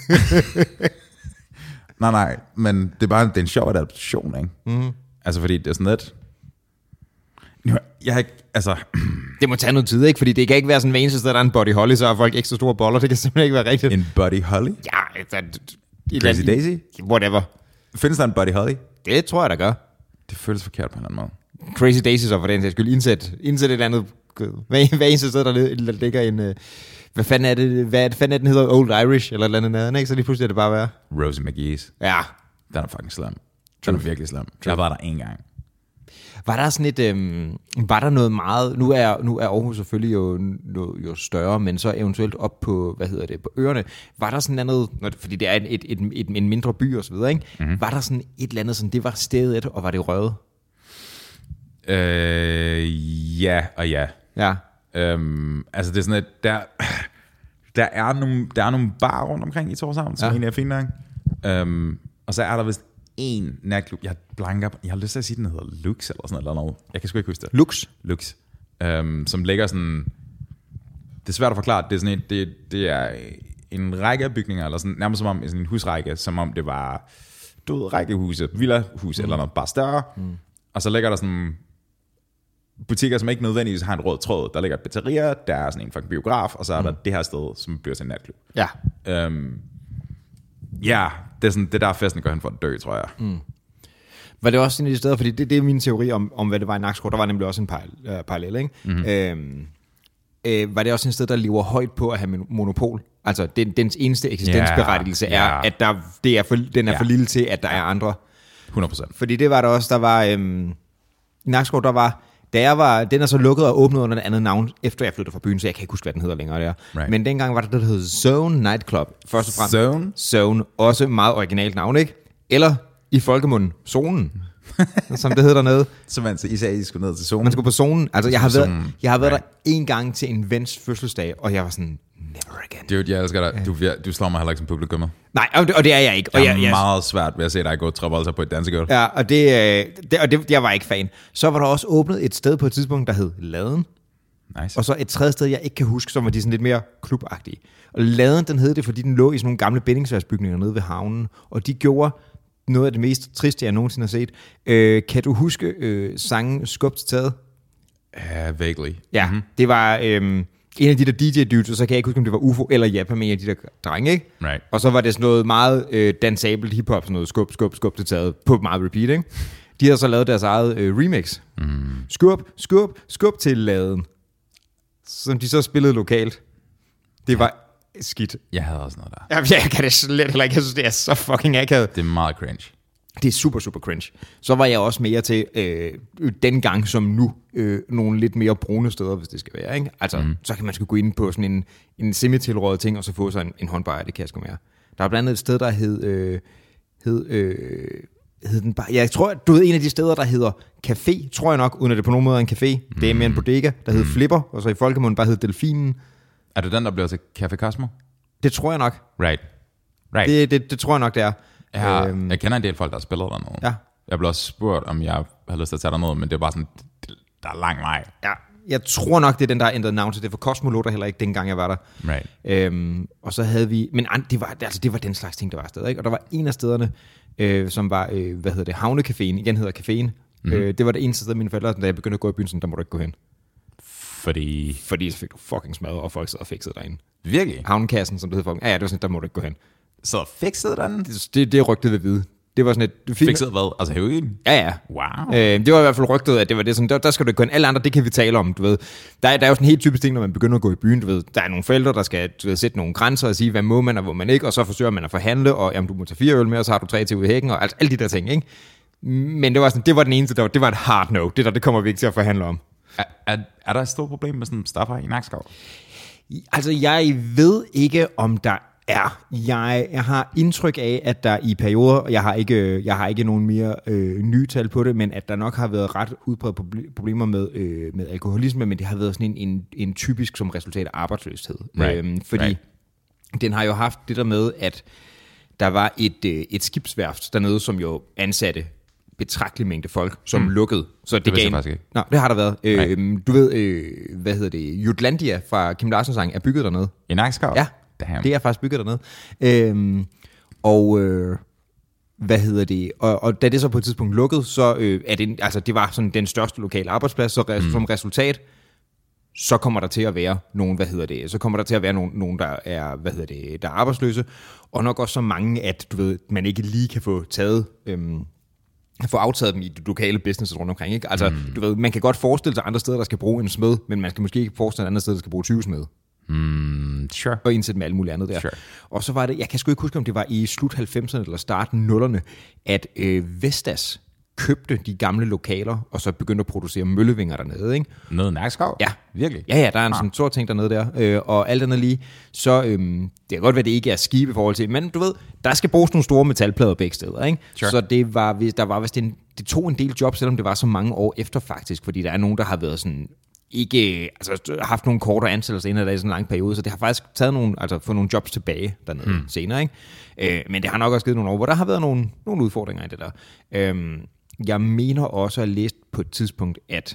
nej, nej. Men det er bare det er en sjov adaptation, ikke? Mm. Altså fordi det er sådan lidt... Jeg har ikke... Altså... Det må tage noget tid, ikke? Fordi det kan ikke være sådan, hver eneste sted, der er en Buddy Holly, så har folk ekstra store boller. Det kan simpelthen ikke være rigtigt. En Buddy Holly? Ja, altså... Crazy Daisy? Whatever. Findes der en Buddy Holly? Det tror jeg, der gør. Det føles forkert på en eller anden måde. Crazy Daisy så for den sags skyld. Indsæt, indsæt et andet... Hver, hver eneste sted, der ligger en... Uh, hvad fanden er det? Hvad fanden er den hedder? Old Irish eller et eller andet, ikke? Så lige pludselig er det bare være. Rosie McGee's. Ja. Den er fucking slem. Den er virkelig slem. Jeg var der en gang. Var der sådan et, øhm, var der noget meget, nu er, nu er Aarhus selvfølgelig jo, jo, jo større, men så eventuelt op på, hvad hedder det, på øerne, var der sådan noget, fordi det er et, et, et, et, en mindre by og så videre, ikke? Mm-hmm. Var der sådan et eller andet, sådan, det var stedet, og var det røget? Øh, ja og ja. Ja. Øhm, altså det er sådan, at der, der, er nogle, der er nogle bar rundt omkring i Tórshavn, som ja. egentlig er fint nok. Øhm, og så er der vist en natklub, jeg blanker, jeg har lyst til at sige, den hedder Lux eller sådan noget. Jeg kan sgu ikke huske det. Lux? Lux. Øhm, som ligger sådan, det er svært at forklare, det er sådan et, det, det er en række af bygninger, eller sådan, nærmest som om sådan en husrække, som om det var, du ved, rækkehuse, villahus mm. eller noget bare større. Mm. Og så ligger der sådan butikker, som ikke nødvendigvis har en rød tråd. Der ligger et pizzeria, der er sådan en fucking biograf, og så er mm. der det her sted, som bliver til en natklub. Ja. Øhm, ja, det er, sådan, det er der festen går hen for at dø, tror jeg. Mm. Var det også en af de steder, fordi det, det er min teori om, om hvad det var i Nakskov, der var nemlig også en parallel, ikke? Mm-hmm. Øhm, øh, var det også en sted, der lever højt på at have monopol? Altså, den, dens eneste eksistensberettigelse yeah, yeah. er, at der, det er for, den er yeah. for lille til, at der er andre. hundrede procent. Fordi det var der også, der var... Øhm, i Nakskov, der var... Da jeg var, den er så lukket og åbnet under et andet navn, efter jeg flyttede fra byen, så jeg kan ikke huske, hvad den hedder længere der. Right. Men dengang var der det, der hed Zone Nightclub. Først og fremmest. Zone? Zone. Også meget originalt navn, ikke? Eller i folkemunden, Zonen, som det hedder dernede. Så man, så I sagde, I skulle ned til Zonen? Man skulle på Zonen. Altså, jeg har været, jeg har været right. der en gang til en vens fødselsdag, og jeg var sådan, never again. Dude, jeg elsker dig. Du, du slår mig heller ikke som publikummer. Nej, og det, og det er jeg ikke. Og jeg er jeg, jeg, meget svært ved at se dig gå trebolser på et dansegulv. Ja, og, det, det, og det, jeg var ikke fan. Så var der også åbnet et sted på et tidspunkt, der hed Laden. Nice. Og så et tredje sted, jeg ikke kan huske, som var de sådan lidt mere klubagtige. Og Laden, den hed det, fordi den lå i sådan nogle gamle bindingsværksbygninger nede ved havnen. Og de gjorde noget af det mest triste, jeg nogensinde har set. Øh, kan du huske øh, sangen Skub til taget? Uh, vaguely. Ja, mm-hmm. Det var øh, en af de der D J-dudes, og så kan jeg ikke huske, om det var U F O eller Japan, en af de der drenge, ikke? Right. Og så var det sådan noget meget øh, dansabelt hiphop, sådan noget skub, skub, skub til taget, på meget repeat, ikke? De havde så lavet deres eget øh, remix. Mm. Skub, skub, skub til Laden. Som de så spillede lokalt. Det var skidt. Jeg havde også noget der. Ja, jeg kan det slet heller ikke. Jeg synes, det er så fucking akavet. Det er meget cringe. Det er super, super cringe. Så var jeg også mere til, øh, dengang som nu, øh, nogle lidt mere brune steder, hvis det skal være. Ikke? Altså, mm. så kan man sgu gå ind på sådan en, en semi-tilrådet ting, og så få sig en, en håndbajer, det kan jeg sgu mere. Der var blandt andet et sted, der hed, øh, hed øh, hed den bare, jeg tror, du ved, en af de steder, der hedder Café, tror jeg nok, uden at det på nogen måde er en café. Mm. Det er mere en bodega, der hedder mm. Flipper, og så i folkemunden bare hedder Delfinen. Er det den, der bliver til Café Cosmo? Det tror jeg nok. Right. right. Det, det, det tror jeg nok, det er. Jeg, har, øhm. jeg kender en del folk, der spiller dernede. Ja. Jeg blev også spurgt, om jeg havde lyst til at tage dernede, men det er bare sådan, der er lang vej. Ja, jeg tror nok, det er den, der har ændret navn til det, for Cosmo lå der heller ikke, dengang jeg var der. Right. Øhm, og så havde vi, men det var, altså, det var den slags ting, der var afsted, ikke? Og der var en af stederne, øh, som var, øh, hvad hedder det, Havnecaféen, igen hedder caféen. Mm-hmm. Øh, det var det eneste sted, mine forældre, da jeg begyndte at gå i byen, sådan, der må du ikke gå hen. Fordi? Fordi så fik du fucking smadret, og folk sad og fiksede derinde. Virkelig? Havnekassen, som det hed fucking, ja, ja, det var sådan, der må du ikke gå hen. Så fiksede derinde? Det, det, det rygtede ved vide. Det var sådan et... Fikset hvad? Altså heroin? Ja, ja. Wow. Øh, det var i hvert fald rygtet, at det var det sådan, der, der skal du gå ind. Alle andre, det kan vi tale om, du ved. Der er, der er jo sådan en helt typisk ting, når man begynder at gå i byen, du ved. Der er nogle forældre, der skal du ved, sætte nogle grænser og sige, hvad må man og hvor man ikke, og så forsøger man at forhandle, og jamen, du må tage fire øl med, og så har du tre til ude i hækken, og altså, alle de der ting, ikke? Men det var sådan, det var den eneste, der var, det var et hard no. Det der, det kommer vi ikke til at forhandle om. Er, er, er der et stort problem med sådan stoffer i Nakskov? Altså, jeg ved ikke, om der er. Jeg, jeg har indtryk af, at der i perioder, jeg har ikke, jeg har ikke nogen mere øh, nye tal på det, men at der nok har været ret udbredt problemer med, øh, med alkoholisme, men det har været sådan en, en, en typisk som resultat af arbejdsløshed. Right. Øhm, fordi right. den har jo haft det der med, at der var et, øh, et skibsværft dernede, som jo ansatte betragtelig mængde folk, som mm. lukkede. Så det, det gav en... Nå, det har der været. Right. Øh, du ved, øh, hvad hedder det? Jutlandia fra Kim Larsens sang er bygget dernede. I Nakskov? Ja. Damn. Det er faktisk bygget dernede. Øhm, og øh, hvad hedder det? Og, og da det så på et tidspunkt lukkede, så øh, er det, altså det var sådan den største lokale arbejdsplads, så res, mm. som resultat, så kommer der til at være nogen, hvad hedder det? Så kommer der til at være nogen, nogen der er, hvad hedder det, der er arbejdsløse, og nok også så mange, at du ved, man ikke lige kan få taget. Øhm, få aftaget dem i de lokale business rundt omkring, ikke? Altså, mm. du ved, man kan godt forestille sig andre steder, der skal bruge en smed, men man kan måske ikke forestille sig andre steder, der skal bruge tyve smed. Mm, sure. Og indsætte med alt muligt andet der. Sure. Og så var det, jeg kan sgu ikke huske, om det var i slut halvfemserne eller starten nullerne, at øh, Vestas købte de gamle lokaler, og så begyndte at producere møllevinger dernede, ikke? Noget Nakskov? Ja. Virkelig? Ja, ja, der er en ah. sådan stor ting dernede der, øh, og alt andet lige, så øh, det kan godt være, det ikke er skibe i forhold til, men du ved, der skal bruges nogle store metalplader begge steder, ikke? Sure. Så det var, der var vist en, det tog en del job, selvom det var så mange år efter faktisk, fordi der er nogen, der har været sådan, ikke, altså haft nogle kortere ansættelser inden i sådan en lang periode, så det har faktisk taget nogle, altså fået nogle jobs tilbage dernede hmm. senere, ikke? Øh, men det har nok også givet nogle år, hvor der har været nogle, nogle udfordringer i det der. Øh, jeg mener også at have læst på et tidspunkt, at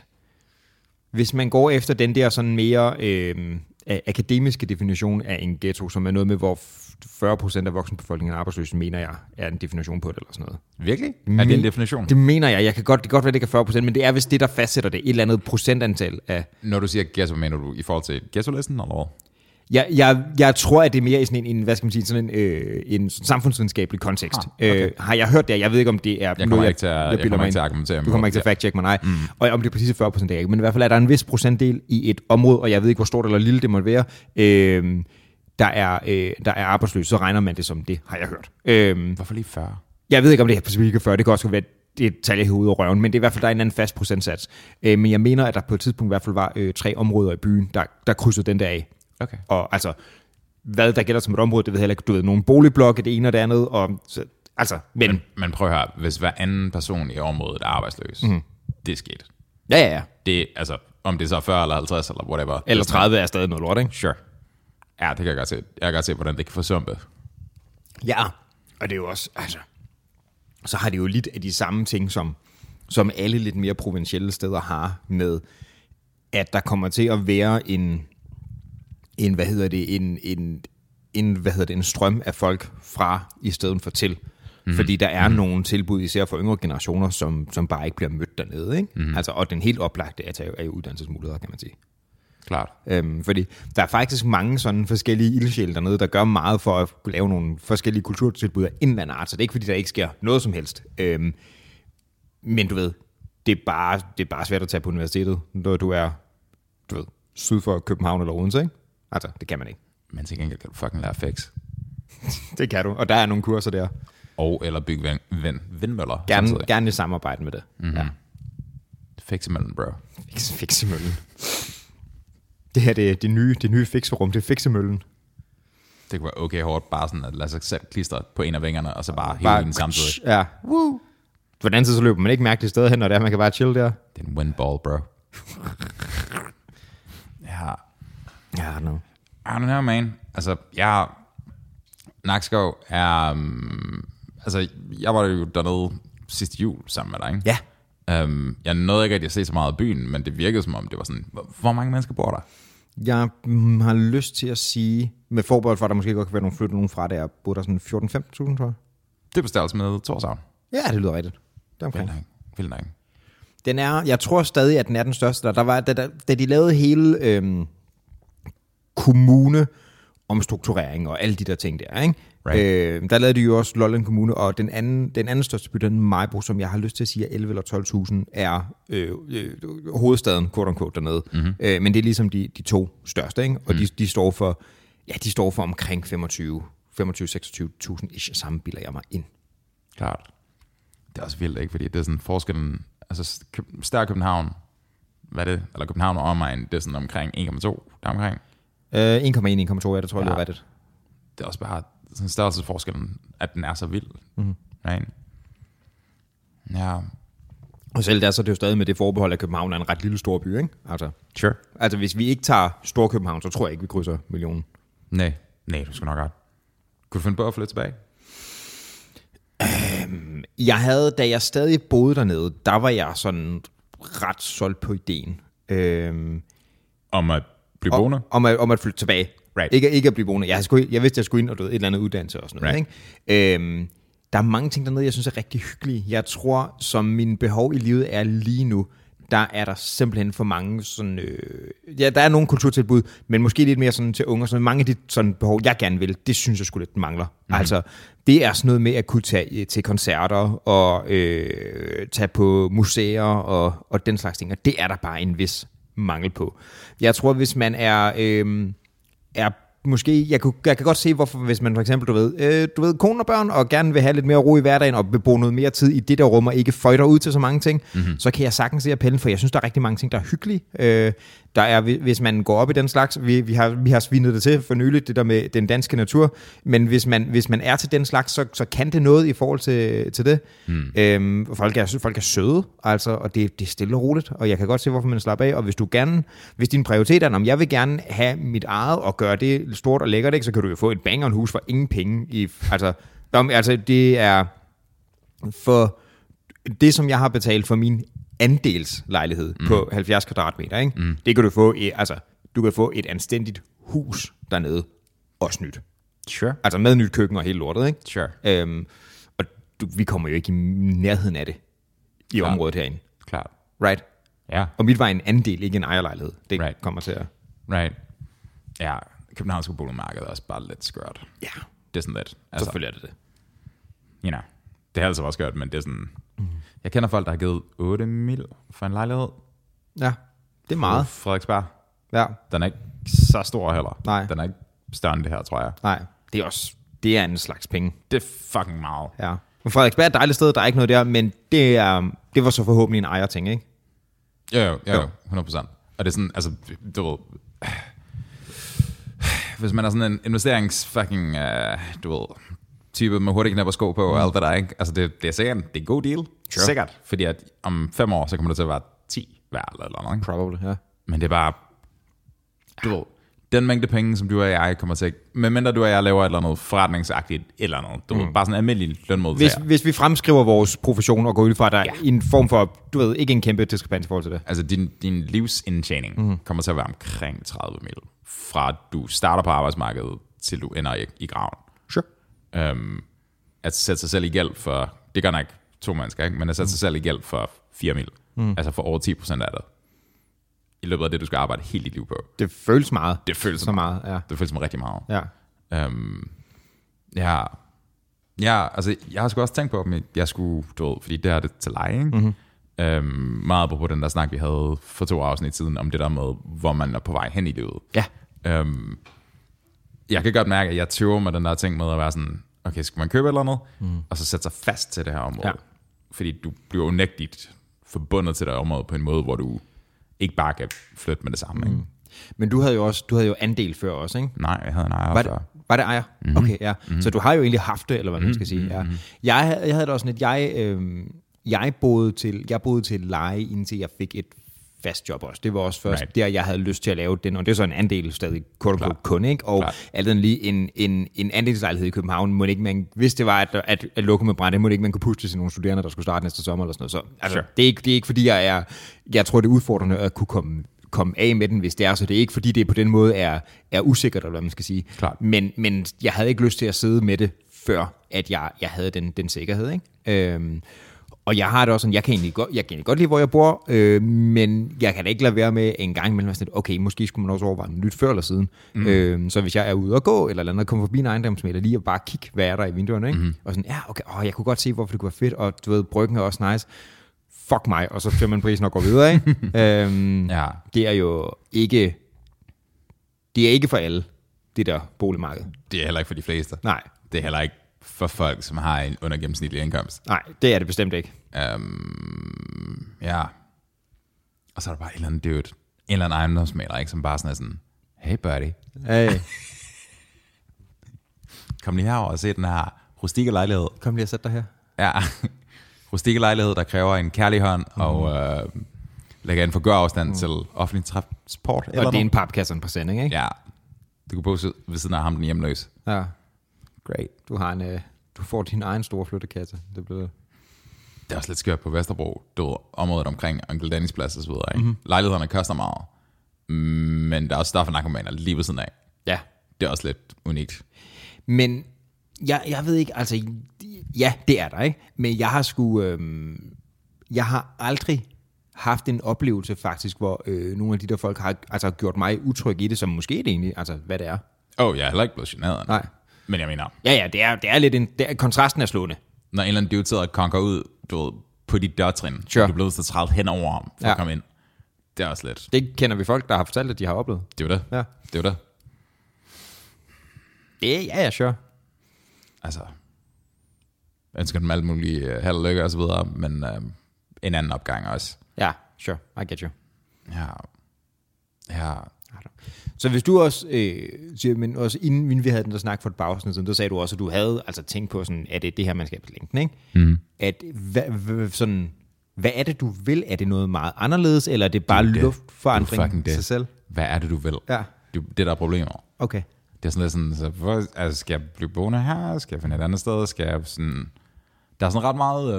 hvis man går efter den der sådan mere øh, akademiske definition af en ghetto, som er noget med, hvor fyrre procent af voksenbefolkningen er arbejdsløse, mener jeg, er en definition på det eller sådan noget. Virkelig? Er det en definition? Det mener jeg. Jeg kan godt, det kan godt være, det ikke er fyrre procent, men det er vist det, der fastsætter det. Et eller andet procentantal af... Når du siger ghetto, mener du i forhold til ghetto-listen, eller hvad? Jeg, jeg, jeg tror, at det er mere i sådan en, en hvad skal man sige, sådan en, øh, en samfundsvidenskabelig kontekst. Ah, okay. øh, har jeg hørt det? Jeg ved ikke, om det er... Jeg kommer ikke til at, jeg jeg kommer ikke til at argumentere. Du kommer ikke til at fact-check mig, nej. Mm. Og om det er præcis fyrre procent, det er ikke. Men i hvert fald er der en vis procentdel i et område, og jeg ved ikke, hvor stort eller lille det må være, øh, der, er, øh, der er arbejdsløs. Så regner man det som det, har jeg hørt. Øh, Hvorfor lige fyrre? Jeg ved ikke, om det er præcis fyrre. Det kan også være det er et tal i hovedet og røven, men det er i hvert fald, der er en anden fast procentsats. Øh, men jeg mener, at der på et tidspunkt i hvert fald var øh, tre områder i byen, der, der krydsede den der af. Okay. Og altså... hvad der gælder som et område, det ved jeg heller ikke. Du ved, nogle boligblokke, det ene og det andet. Og, så, altså, men... men... Men prøv at høre, hvis hver anden person i området er arbejdsløs, mm. det er sket. Ja, ja, ja. Det, altså, om det er så fyrre eller halvtreds eller whatever. Eller tredive er stadig noget lort, ikke? Sure. Ja, det kan jeg godt se. Jeg kan godt se, hvordan det kan forsumpe. Ja, og det er jo også, altså... Så har det jo lidt af de samme ting, som, som alle lidt mere provincielle steder har med, at der kommer til at være en... en, hvad hedder det, en, en, en, hvad hedder det, en strøm af folk fra i stedet for til. Mm. Fordi der er mm. nogle tilbud, især for yngre generationer, som, som bare ikke bliver mødt dernede. Ikke? Mm. Altså, og den helt oplagte er, er jo uddannelsesmuligheder, kan man sige. Klart. Øhm, fordi der er faktisk mange sådan forskellige ildsjæle dernede, der gør meget for at lave nogle forskellige kulturtilbud af en eller anden art. Så det er ikke, fordi der ikke sker noget som helst. Øhm, men du ved, det er, bare, det er bare svært at tage på universitetet, når du er, du ved, syd for København eller Odense, ikke? Altså, det kan man ikke. Men til gengæld kan du fucking lære fix. Det kan du, og der er nogle kurser der. Og eller bygge vind, vind, vindmøller. Gerne, gerne i samarbejde med det. Mm-hmm. Ja. Fiksemøllen, bro. Fix, fiksemøllen. Det her, det er det nye, det nye fikserum, det er fiksemøllen. Det kunne være okay hårdt, bare sådan at lade sig selv klistre på en af vingerne, og så bare, bare hele den samtidig. Ja. Woo. Hvordan så løber man ikke mærkeligt sted hen, når det er, man kan bare chill der? Det er en windball, bro. ja. Ja, no. I don't know, man. Altså, jeg... Nakskov er... Um, altså, jeg var jo dernede sidste jul sammen med dig, ikke? Ja. Um, jeg nåede ikke, at jeg se så meget af byen, men det virkede som om, det var sådan... Hvor, hvor mange mennesker bor der? Jeg mm, har lyst til at sige, med forbehold for, at der måske godt kan være nogle flytte nogen fra der, bor der sådan fjorten til femten tusind, tror jeg. Det er på størrelse med Tórshavn. Ja, det lyder rigtigt. Det er omkring. Vildt nok. Den er, jeg tror stadig, at den er den største. Der, der var, da, da, da de lavede hele øhm, kommune omstrukturering og alle de der ting der, ikke? Right. Øh, der lavede de jo også Lolland Kommune, og den anden, den anden største by, den Majbo, som jeg har lyst til at sige er elleve eller tolv tusind, er øh, øh, hovedstaden, quote unquote, dernede. Mm-hmm. Øh, men det er ligesom de, de to største, ikke? Og mm. de, de står for, ja, de står for omkring femogtyve til seksogtyve tusind ish, samme biler jeg mig ind. Klart. Det er også vildt, ikke? Fordi det er sådan forskellen, altså stærk København, hvad er det? Eller København og omegn, det er sådan omkring en komma to, der omkring. Øh, en komma en, en komma to, ja, det tror jeg, ja. Det er rigtigt. Det er også bare sådan størrelsesforskellen, at den er så vild. Mm. Right? Ja. Og selv der, så er det jo stadig med det forbehold, at København er en ret lille stor by, ikke? Altså, sure. Altså, hvis vi ikke tager Storkøbenhavn, så tror jeg ikke, vi krydser millionen. Nej, nej, du skal nok godt. Kunne du finde på at flytte tilbage? Øhm, jeg havde, da jeg stadig boede dernede, der var jeg sådan ret solgt på ideen. Øhm, om at blive boende? Om, om, at, om at flytte tilbage. Right. Ikke, ikke at blive boende. Jeg, skulle, jeg vidste, at jeg skulle ind og et eller andet uddannelse og sådan noget. Right. Ikke? Øhm, der er mange ting dernede, jeg synes er rigtig hyggelige. Jeg tror, som mine behov i livet er lige nu, der er der simpelthen for mange sådan... Øh, ja, der er nogle kulturtilbud, men måske lidt mere sådan til unge. Så mange af de sådan behov, jeg gerne vil, det synes jeg sgu lidt mangler. Mm-hmm. Altså, det er sådan noget med at kunne tage til koncerter og øh, tage på museer og, og den slags ting. Og det er der bare en vis mangel på. Jeg tror, hvis man er... Øh, er måske, jeg, kunne, jeg kan godt se, hvorfor, hvis man for eksempel, du ved, øh, du ved, kone og børn, og gerne vil have lidt mere ro i hverdagen, og vil bruge noget mere tid i det der rum, og ikke føjter ud til så mange ting, mm-hmm. så kan jeg sagtens se appellen, for jeg synes, der er rigtig mange ting, der er hyggelige. Øh, der er, hvis man går op i den slags, vi, vi, har, vi har svinet det til for nyligt, det der med den danske natur, men hvis man, hvis man er til den slags, så, så kan det noget i forhold til, til det. Mm. Øhm, folk, er, folk er søde, altså, og det, det er stille og roligt, og jeg kan godt se, hvorfor man slapper af, og hvis du gerne, hvis din prioritet er, om jeg vil gerne have mit eget, og gøre det stort og lækkert, ikke, så kan du jo få et bangeren-hus for ingen penge. I, altså, om, altså, det er for det, som jeg har betalt for min andelslejlighed mm. på halvfjerds kvadratmeter, ikke? Mm. Det kan du få, i, altså, du kan få et anstændigt hus dernede, også nyt. Sure. Altså med nyt køkken og hele lortet, ikke? Sure. Øhm, og du, vi kommer jo ikke i nærheden af det i Klart. Området herinde. Klart. Right? Ja. Og mit var en andel, ikke en ejerlejlighed. Det right. kommer til at... Right. Ja, Københavnske boligmarked er også bare lidt skørt. Ja. Det er sådan lidt. Altså, selvfølgelig er det det. You know, det er altså også skørt, men det er sådan... Mm. Jeg kender folk, der har givet otte mil for en lejlighed. Ja, det er meget. Frederiksberg. Ja. Den er ikke så stor heller. Nej. Den er ikke større end det her, tror jeg. Nej, det er også... Det er en slags penge. Det er fucking meget. Ja. Men Frederiksberg er et dejligt sted, der er ikke noget der, men det, er, det var så forhåbentlig en ejerting, ikke? Jo, jo, jo, jo. hundrede procent. Og det er sådan, altså, du ved... Hvis man er sådan en investerings fucking, uh, du ved, type med hurtigt knap og sko på, mm. og alt det der, ikke? Altså, det, det er sikkert, det er en god deal. Sure. Sikkert. Fordi at om fem år, så kommer det til at være ti hver eller eller andet, ikke? Probably, ja. Men det er bare, du ved, den mængde penge, som du og jeg kommer til, medmindre du og jeg laver et eller andet forretningsagtigt, eller noget, du mm. ved, bare sådan en almindelig lønmodtager. Hvis, hvis vi fremskriver vores profession og går ud fra, der ja. en form for, du ved, ikke en kæmpe diskrepans i forhold til det. Altså, din, din livsindtjening mm. kommer til at være omkring tredive mil, fra du starter på arbejdsmarkedet, til du ender i, i graven. Sure. Um, at sætte sig selv i gæld for, det gør nok ikke to mennesker, ikke? Men at sætte mm. sig selv i gæld for fire mil, mm. altså for over ti procent af det, i løbet af det, du skal arbejde hele dit liv på. Det føles meget. Det føles så meget, ja. Det føles som rigtig meget. Ja. Um, ja. Ja, altså, jeg har sgu også tænkt på, at jeg skulle, du ved, fordi det er det til leje, ikke? Mm-hmm. Um, meget på den der snak, vi havde for to afsnit siden, om det der med, hvor man er på vej hen i livet. Ja. Um, jeg kan godt mærke, at jeg tøver med den der ting med at være sådan, okay, skal man købe et eller andet, mm. og så sætte sig fast til det her område. Ja. Fordi du bliver unægteligt forbundet til det område på en måde, hvor du ikke bare kan flytte med det samme. Mm. Ikke? Men du havde jo også, du havde jo andel før også, ikke? Nej, jeg havde en ejer var før. Det, var det ejer? Mm-hmm. Okay, ja. Mm-hmm. Så du har jo egentlig haft det, eller hvad man skal sige. Ja. Jeg, jeg havde det også sådan, at jeg, øh, jeg boede til, jeg boede til leje, indtil jeg fik et fast job også. Det var også først right. der, jeg havde lyst til at lave den, og det er så en andel stadig quote kun, ikke? Og alt andet lige en, en, en andelslejlighed i København, må ikke man, hvis det var, at, at, at lukke med brand, det må ikke man kunne puste til nogle studerende, der skulle starte næste sommer eller sådan noget. Så altså, sure. det, er ikke, det er ikke, fordi jeg er, jeg tror, det er udfordrende at kunne komme, komme af med den, hvis det er, så det er ikke, fordi det på den måde er, er usikkert, eller hvad man skal sige. Men, men jeg havde ikke lyst til at sidde med det, før at jeg, jeg havde den, den sikkerhed, ikke? Øhm, Og jeg har det også sådan, jeg kan egentlig godt, jeg kan egentlig godt lide, hvor jeg bor, øh, men jeg kan da ikke lade være med en gang imellem, sådan, okay, måske skulle man også overveje noget nyt før eller siden. Mm. Øh, så hvis jeg er ude og gå, eller andet, kommer forbi en ejendomsmægler lige og bare kigge, hvad er der i vinduerne, ikke? Mm. Og sådan, ja, okay, åh, jeg kunne godt se, hvorfor det kunne være fedt, og du ved, bryggen er også nice. Fuck mig, og så fører man prisen og går videre, ikke? øhm, ja. Det er jo ikke, det er ikke for alle, det der boligmarked. Det er heller ikke for de fleste. Nej. Det er heller ikke for folk, som har en undergennemsnitlig indkomst. Nej, det er det bestemt ikke. Um, ja. Og så er der bare en eller anden dude, en eller anden ejendomsmægler, ikke, som bare sådan er sådan, hey buddy. Hey. Kom lige herover og se den her rustikke lejlighed. Kom lige og sæt dig her. Ja, rustikke lejlighed, der kræver en kærlig hånd, mm. og øh, lægger en for gør afstand mm. til offentlig transport. Og eller det er en papkasse på sending, ikke? Ja. Du kan bo ved siden af ham, den hjemløs. Ja. Great. Du har en, øh, du får din egen store flyttekasse. Det bliver... Det er også lidt skørt på Vesterbro, du ved, området omkring Onkel Dannys plads og så videre, ikke? Mm-hmm. Lejlighederne koster meget, men der er også stoffer narkomaner lige ved siden af. Ja. Det er også lidt unikt. Men jeg, jeg ved ikke, altså, ja, det er der, ikke? Men jeg har sgu, øh, jeg har aldrig haft en oplevelse faktisk, hvor øh, nogle af de der folk har altså, gjort mig utryg i det, som måske det egentlig, altså hvad det er. Åh, oh, jeg er heller ikke blevet generet. Nej. Men jeg mener... Ja, ja, det er, det er lidt en... Det er, kontrasten er slående. Når en eller anden dude sidder og konker ud, du ved, på dit dørtrin, sure. og du bliver så trælt hen over ham, for ja. at komme ind. Det er også lidt... Det kender vi folk, der har fortalt, at de har oplevet. Det er det. Ja. Det er det. Det er, ja, ja, sure. Altså... Jeg ønsker dem alt muligt uh, held og lykke og så videre, men uh, en anden opgang også. Ja, sure. I get you. Ja. Ja... Så hvis du også øh, siger, men også inden, inden vi havde den der snak for et par afsnit siden, der sagde du også, at du havde altså tænkt på sådan, at det er det her, man skal på længden, ikke? Mm. At, hvad, hvad, sådan, hvad er det, du vil? Er det noget meget anderledes, eller er det bare det, luftforandring i sig selv? Hvad er det, du vil? Ja. Du, det der er problemet. Okay. Det er sådan lidt sådan, så, hvor, altså, skal jeg blive boende her? Skal jeg finde et andet sted? Skal jeg sådan... Der er sådan ret meget...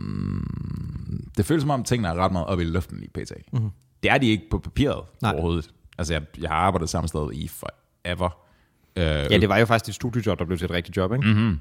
Øhm, det føles som om, tingene er ret meget oppe i luften lige pt. Mm-hmm. Det er de ikke på papiret Nej. overhovedet. Altså, jeg, jeg har arbejdet samme sted i forever. Øh, ja, det var jo faktisk et studiejob, der blev til et rigtigt job, ikke? Mm-hmm.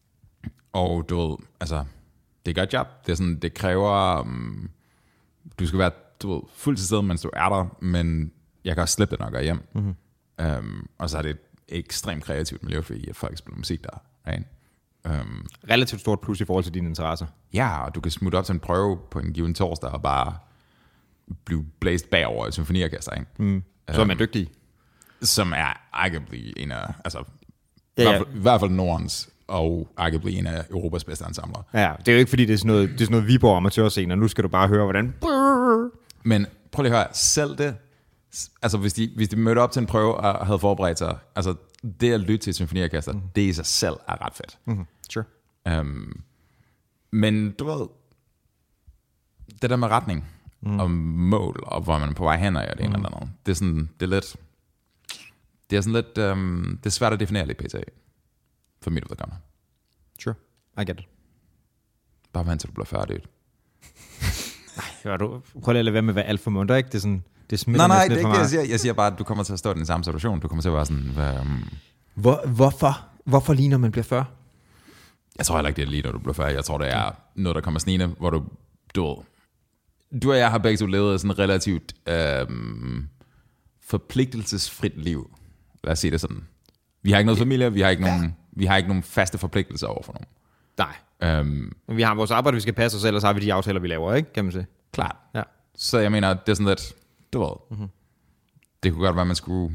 Og du ved, altså, det er et godt job. Det, er sådan, det kræver, um, du skal være du ved, fuldt til stede, mens du er der, men jeg kan også slippe det, når jeg går hjem. Mm-hmm. Um, og så er det et ekstremt kreativt miljø, fordi folk spiller musik der. Right? Um, Relativt stort plus i forhold til dine interesser. Ja, og du kan smutte op til en prøve på en given torsdag og bare blive blæst bagover i symfoniorkester, ikke? Mm. Så er man dygtig. Som er arguably en af, altså, ja, ja. I, hvert fald, i hvert fald Nordens, og arguably en af Europas bedste ensembler. Ja, det er jo ikke fordi, det er sådan noget, det er sådan noget Viborg amatørscene, og nu skal du bare høre, hvordan... Men prøv lige at høre, selv det, altså hvis de, hvis de mødte op til en prøve og havde forberedt sig, altså det at lytte til et symfoniorkester, mm. det i sig selv er ret fedt. Mm-hmm. Sure. Um, men du ved, det der med retning, mm. og mål, og hvor man er på vej hen, og det ene mm. eller andet. Det er sådan, det er lidt, det er sådan lidt, um, det er svært at definere lidt pt. For mit udkommende. Sure, I get it. Bare vent til du bliver færdig. Nej, du prøv lige at lade være med at være alt for munter, ikke? Det er sådan, det nej, smitter nej, det er ikke det, jeg siger. Jeg siger bare, at du kommer til at stå i den samme situation. Du kommer til at være sådan, um... Hvor, hvorfor? Hvorfor lige når man bliver fyrre? Jeg tror heller ikke, det er lige når du bliver fyrre. Jeg tror, det er noget, der kommer snigende, hvor du, du Du og jeg har begge to levet sådan et relativt øhm, forpligtelsesfrit liv. Lad os sige det sådan. Vi har ikke noget familie, vi har ikke nogen, vi har ikke nogen faste forpligtelser over for nogen. Nej. Øhm, Men vi har vores arbejde, vi skal passe os, ellers har vi de aftaler, vi laver, ikke? Kan man sige. Klart. Ja. Så jeg mener, det er sådan lidt, du ved, mm-hmm. det kunne godt være, man skulle...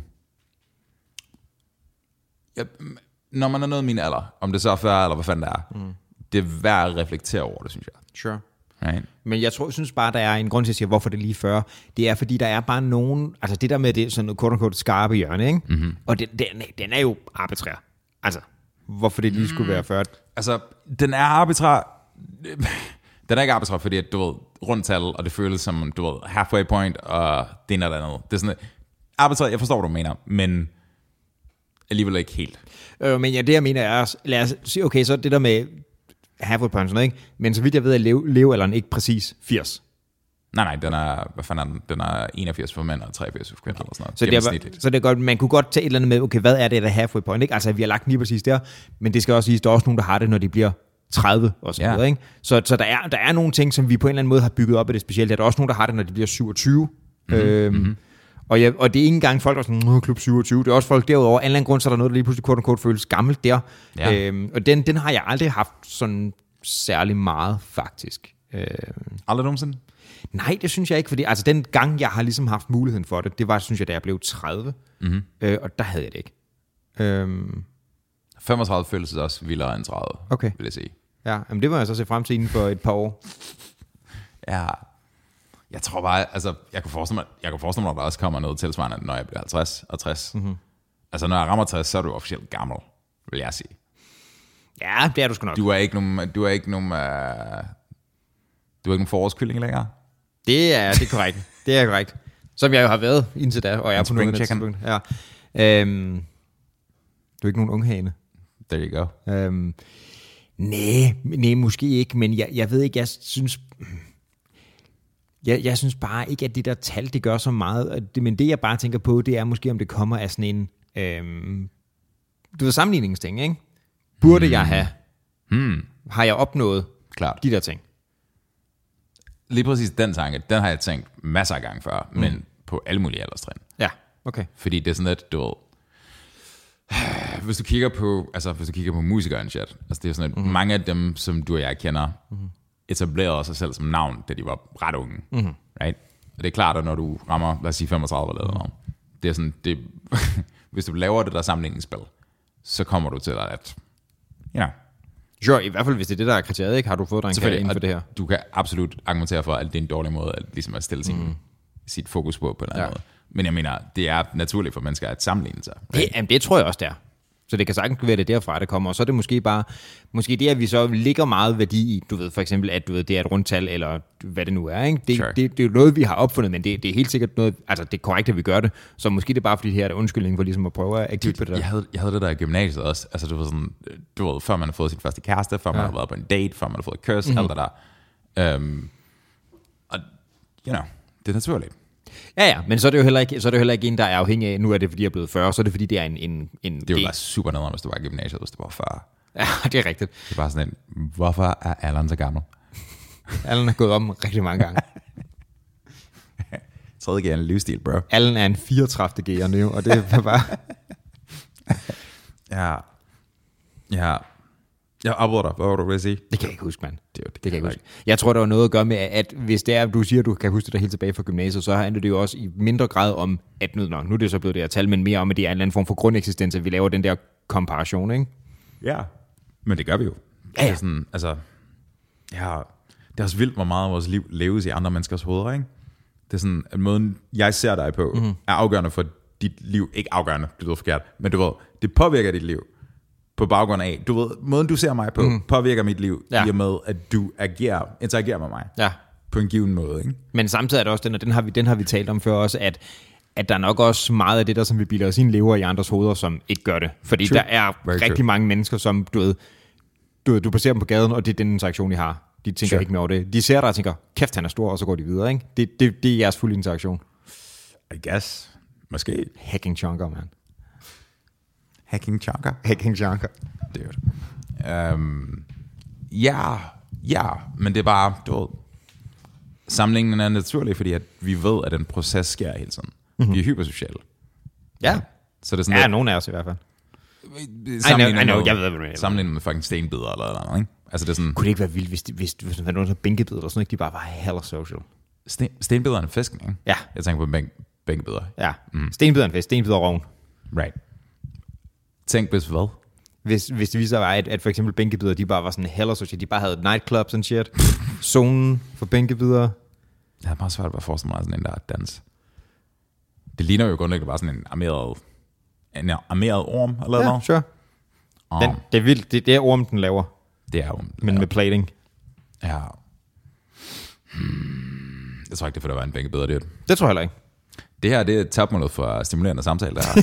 Ja, når man er nået min alder, om det så er fyrre eller hvad fanden det er, mm. det er værd at reflektere over det, synes jeg. Sure. Right. Men jeg tror, synes bare, der er en grund til at sige, hvorfor det er lige fyrre. Det er, fordi der er bare nogen... Altså det der med det sådan quote-unquote skarpe hjørne, ikke? Mm-hmm. Og den, den, den er jo arbitrær. Altså, hvorfor det lige skulle være fyrre? Altså, den er arbitrær... Den er ikke arbejdsret, fordi at, du ved, rundtal, og det føles som, du ved, halfway point, og det er noget andet. Det er sådan, arbejdsret, jeg forstår, hvad du mener, men alligevel ikke helt. Øh, men ja, det jeg mener er også, lad os sige, okay, så det der med halfway point, sådan, ikke? Men så vidt jeg ved, at leve, levealderen ikke præcis firs. Nej, nej, den er, hvad fanden er den? Den er enogfirs for mænd og treogfirs for kvinder. Okay. Eller sådan noget. Så, det er, så det er godt, man kunne godt tage et eller andet med, okay, hvad er det der halfway point, ikke? Altså, vi har lagt lige præcis der, men det skal også siges, der er også nogen, der har det, når de bliver tredive og sådan ja. noget, ikke? Så, så der, er, der er nogle ting, som vi på en eller anden måde har bygget op af det specielt. Der er også nogen, der har det, når de bliver syvogtyve. Mm-hmm. Øhm, mm-hmm. Og, ja, og det er ikke engang folk, der er sådan, klub syvogtyve. Det er også folk derudover. Af en eller anden grund, så er der noget, der lige pludselig kort og kort føles gammelt der. Ja. Øhm, og den, den har jeg aldrig haft sådan særlig meget, faktisk. Øhm, aldrig nogensinde? Nej, det synes jeg ikke, fordi altså den gang, jeg har ligesom haft muligheden for det, det var, synes jeg, da jeg blev tredive. Mm-hmm. Øh, og der havde jeg det ikke. Øhm, femogtredive føles også vildere end tredive, okay. vil jeg sige. Ja, men det må jeg så se frem til inden for et par år. Ja, jeg tror bare, altså, jeg kan forestille mig, jeg kan forestille mig, at der også kommer noget tilsvarende, når jeg bliver halvtreds og tres. Mm-hmm. Altså, når jeg rammer tres, så er du officielt gammel, vil jeg sige. Ja, det er du sgu nok. Du er ikke nogen, du er ikke nogen, uh, du er ikke nogen forårskylling længere. Det er, det er korrekt. Det er korrekt. Som jeg jo har været indtil da, og jeg er på noget tidspunkt. Ja. Øhm, du er ikke nogen unghane. There you go. Øhm, nej, nej, måske ikke, men jeg, jeg ved ikke, jeg synes... Jeg, jeg synes bare ikke, at det der tal, det gør så meget. Men det, jeg bare tænker på, det er måske, om det kommer af sådan en... Øhm, du ved, sammenligningsting, ikke? Burde hmm. jeg have... Hmm. Har jeg opnået Klart. de der ting? Lige præcis den tanke, den har jeg tænkt masser af gange før, mm. men på alle mulige alderstrin. Ja, okay. Fordi det er sådan lidt, du ved... Hvis du kigger på, altså hvis du kigger på musikere og shit, altså det er sådan, at mm-hmm. mange af dem, som du og jeg kender, mm-hmm. etablerede sig selv som navn, da de var ret unge. Mm-hmm. Right? Og det er klart, at når du rammer, lad os sige femogtredive eller noget, det er sådan, det, hvis du laver det der sammenligningsspil, så kommer du til at, ja. You know, sure, i hvert fald hvis det er det, der er kriteriet, ikke? Har du fået dig en kage inden for det her? Du kan absolut argumentere for, at det er en dårlig måde, at, ligesom at stille sin, mm. sit fokus på, på en eller anden ja. måde. Men jeg mener, det er naturligt for mennesker at sammenligne sig. Right? Det, jamen, det tror jeg også, det er. Så det kan sagtens være det derfra, det kommer. Og så er det måske bare, måske det, at vi så ligger meget værdi i, du ved, for eksempel, at du ved, det er et rundtal, eller hvad det nu er, ikke? Det, sure. det, det, det er jo noget, vi har opfundet, men det, det er helt sikkert noget, altså det er korrekt, at vi gør det. Så måske det er bare, fordi det her er undskyldning for ligesom at prøve at kigge på det der. Jeg havde, jeg havde det der i gymnasiet også, altså du ved sådan, du ved, før man har fået sin første kæreste, før man ja. har været på en date, før man har fået et kys, mm-hmm. alt det der. Um, og, you know, det er naturligt. Ja, ja, men så er det jo heller ikke, så er det jo heller ikke en, der er afhængig af, nu er det, fordi jeg er blevet fyrre, så er det, fordi det er en... en, en det ville være super nederen, hvis du var i gymnasiet, hvis du var fyrre. Ja, det er rigtigt. Det er bare sådan en, hvorfor er Allan så gammel? Allan er gået om rigtig mange gange. tredje G er en livsstil, bro. Allan er en fireogtredive G'er nu, og det er bare... ja. Ja. Jeg afbryder dig. Hvad var du ved at sige? Det kan jeg ikke huske, mand. Det, det, det kan jeg ikke huske. Jeg tror, der var noget at gøre med, at hvis det er, du siger, at du kan huske det der helt tilbage fra gymnasiet, så handler det jo også i mindre grad om, at nu, nu er det så blevet det her tal, men mere om, at det er en eller anden form for grundeksistens, at vi laver den der komparation, ikke? Ja, men det gør vi jo. Ja, ja. Det er sådan, altså, ja, det er også vildt, hvor meget af vores liv leves i andre menneskers hoveder, ikke? Det er sådan, at måden, jeg ser dig på, mm-hmm. er afgørende for dit liv. Ikke afgørende, det lyder forkert, men du ved, det påvirker dit liv. På baggrund af, du ved, måden du ser mig på, mm. påvirker mit liv, ja. i og med, at du agerer, interagerer med mig, ja. på en given måde, ikke? Men samtidig er det også den, og den har vi, den har vi talt om før også, at, at der er nok også meget af det der, som vi bilder os ind, lever i andres hoveder, som ikke gør det. Fordi true. Der er Very rigtig true. mange mennesker, som, du ved, du ved, du passerer dem på gaden, og det er den interaktion, I har. De tænker sure. ikke mere over det. De ser dig og tænker, kæft, han er stor, og så går de videre, ikke? Det, det, det er jeres fulde interaktion. I guess. Måske. Hacking chunker, man. Hacking chunker? Hacking chunker. Dude. Um, ja, ja, men det er bare, du ved, samlingen er naturlig, fordi at vi ved, at den proces sker hele tiden. Mm-hmm. Vi er hypersociale. Ja. Så det er sådan, ja, at, nogen af os i hvert fald. Sammenlignet I know, I know, jeg ved, hvad sammenlignet med fucking stenbider eller noget, ikke? Altså det er sådan, kunne det ikke være vildt, hvis, de, hvis, hvis der var nogen, der bænkebider eller sådan noget, de bare var hella social? Sten, stenbider er en fisk, ikke? Ja. Jeg tænker på bænk, bænkebider. Ja, mm. stenbider er en fisk, stenbider er roven. Right. Tænk hvis hvad? Hvis, hvis det viser sig, at, at for eksempel bænkebider, de bare var sådan hella social, de bare havde nightclubs and shit, zonen for bænkebider. Det er meget svært at forestille mig sådan en der dans. Det ligner jo grundlæggende bare sådan en armeret, en armeret orm, eller ja, noget. Sure. Den, det er vildt, det, det er orm, den laver. Det er orm. Men med plating. Ja. Hmm, jeg tror ikke, det er for at være en bænkebeder, det. Det tror jeg heller ikke. Det her, det er topmålet for stimulerende samtale, der her.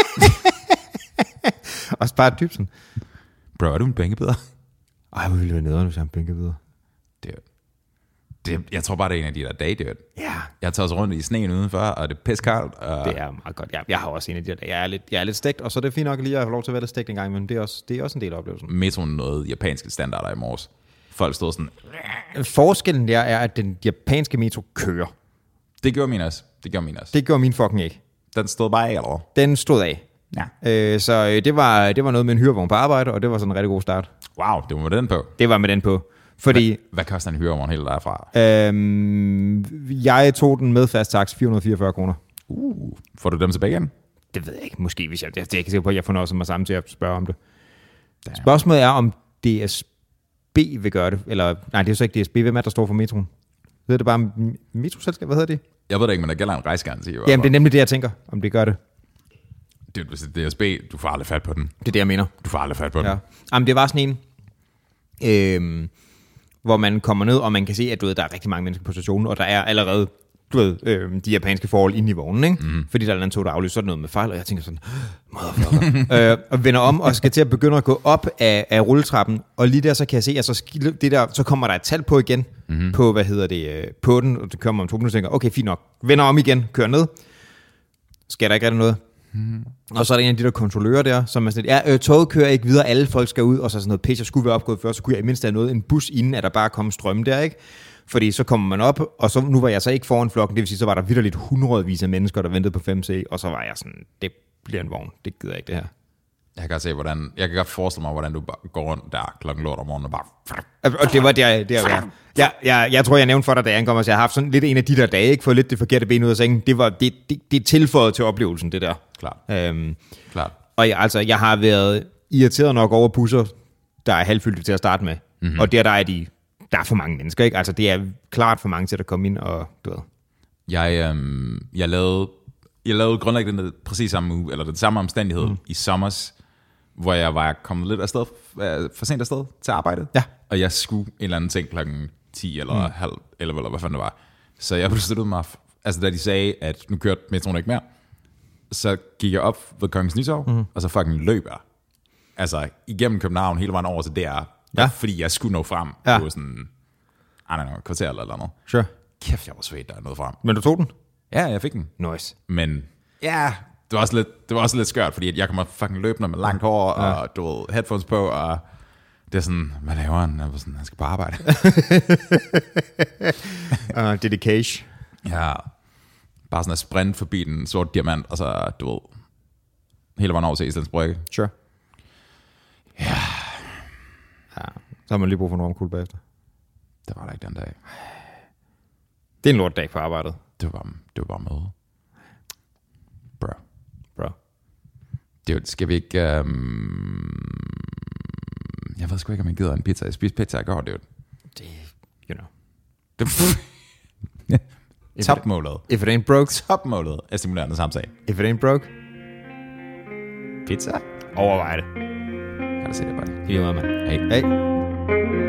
Også bare dybt sådan. Bro, er du en bænkebeder? Ej, hvor ville det være nederen, hvis jeg er en bænkebeder. Det, det, jeg tror bare, det er en af de der dage, det. Ja. Jeg har taget sig rundt i sneen udenfor, og det er pissekoldt. Og... Det er meget godt. Jeg, jeg har også en af de der dage. Jeg er lidt, jeg er lidt stegt, og så er det fint nok lige at have lov til at være lidt stegt en gang, men det er også, det er også en del af oplevelsen. Metroen nåede japanske standarder i morges. Folk stod sådan... Forskellen der er, at den japanske metro kører. Det gjorde min også. Det gjorde min også. Det gjorde min fucking ikke. Den stod bare af, eller? Den stod af. Ja. Øh, så øh, det, var, det var noget med en hyrevogn på arbejde, og det var sådan en rigtig god start. Wow, det var med den på. Det var med den på. Fordi... Hvad, hvad koster en hyrevogn helt derfra? Øhm, jeg tog den med fast tax, fire hundrede og fireogfyrre kroner. Uh, får du dem tilbage igen? Det ved jeg ikke. Måske, hvis jeg... Det er ikke sikker på, at jeg får noget mig sammen til at spørge om det. Damn. Spørgsmålet er, om D S B vil gøre det. Eller, nej, det er så ikke D S B. Hvem er der står for metroen? Hedder det bare metroselskab? Hvad hedder det? Jeg ved det ikke, men der gælder en rejsegaranti. Jamen, det er nemlig det, jeg tænker, om det gør det. Det er, hvis det er D S B, du får aldrig fat på den. Det er det, jeg mener. Du får aldrig fat på den. Ja. Jamen, det var sådan en, øhm, hvor man kommer ned, og man kan se, at du ved, der er rigtig mange mennesker på stationen, og der er allerede du ved, øhm, de japanske forhold inde i vognen, ikke? Mm. Fordi der er en tog, der aflyser, så er noget med fejl, og jeg tænker sådan, motherfucker. øh, og vender om, og skal til at begynde at gå op af, af rulletrappen, og lige der, så kan jeg se, at så, det der, så kommer der et tal på igen, mm-hmm. på, hvad hedder det, på den, og det kører man om to minutter, og tænker, okay, fint nok, vender om igen, kører ned, sker der ikke rigtig noget. Mm. Og så er der en af de der kontrollører der, som er sådan, ja, øh, toget kører ikke videre, alle folk skal ud, og så sådan noget pisse, jeg skulle være opgået før, så kunne jeg i mindst have noget, en bus inden, at der bare kom strøm der, ikke? Fordi så kommer man op, og så, nu var jeg så ikke foran flokken, det vil sige, så var der vitterligt hundredvis af mennesker, der ventede på fem C, og så var jeg sådan, det bliver en vogn, det gider jeg ikke det her. Jeg kan godt se, hvordan, jeg kan godt forestille mig, hvordan du bare går rundt der klokken lort om morgenen og bare... Og det var der, der var. Jeg, jeg, jeg tror, jeg nævnte for dig, da jeg ankom, at jeg har haft sådan lidt en af de der dage, ikke fået lidt det forkerte ben ud af sengen. Det var det, det, det tilføjet til oplevelsen, det der. Klart. Øhm, Klart. Og jeg, altså, jeg har været irriteret nok over busser, der er halvfyldte til at starte med. Mm-hmm. Og der, der er de, der er for mange mennesker, ikke? Altså, det er klart for mange til at komme ind og du ved. Jeg, øhm, jeg lavede, jeg lavede grundlæggende præcis samme uge, eller den samme omstændighed mm. i sommers, hvor jeg var kommet lidt afsted, for sent afsted til arbejdet. Ja. Og jeg skulle en eller anden ting klokken ti eller mm. halv elleve, eller hvad fanden det var. Så jeg besluttede mig, altså da de sagde, at nu kørte metroen ikke mere, så gik jeg op ved Kongens Nytorv, mm. og så fucking løb jeg. Altså igennem København hele vejen over til D R, ja. Fordi jeg skulle nå frem ja. På sådan, I don't know, kvarter eller eller andet. Sure. Kæft, jeg var svedt, der er noget frem. Men du tog den? Ja, jeg fik den. Nice. Men ja, det var også lidt, det var også lidt skørt, fordi jeg kommer fucking løbende med langt hår, ja. Og du ved, headphones på, og det er sådan, hvad laver han? Jeg var sådan, han skal på arbejde. uh, dedication. Ja, bare sådan at sprint forbi den sorte diamant, og så, du ved, hele vejen over til Islands Brygge. Sure. Ja. Ja, så har man lige brug for noget omkuld bagefter. Det var der ikke den dag. Det er en lort dag på arbejdet. Det var, det var bare møde. Bro. Bro. Det skal vi ikke... Um... Jeg ved sgu ikke, om jeg gider en pizza. Jeg spiste pizza i går, det er det, you know. Det topmålet. If it ain't broke. Topmålet er stimulerende samtale. If it ain't broke. Pizza? Overvej det. Kan du se det, buddy? Lige meget, mand. Hej. Hej.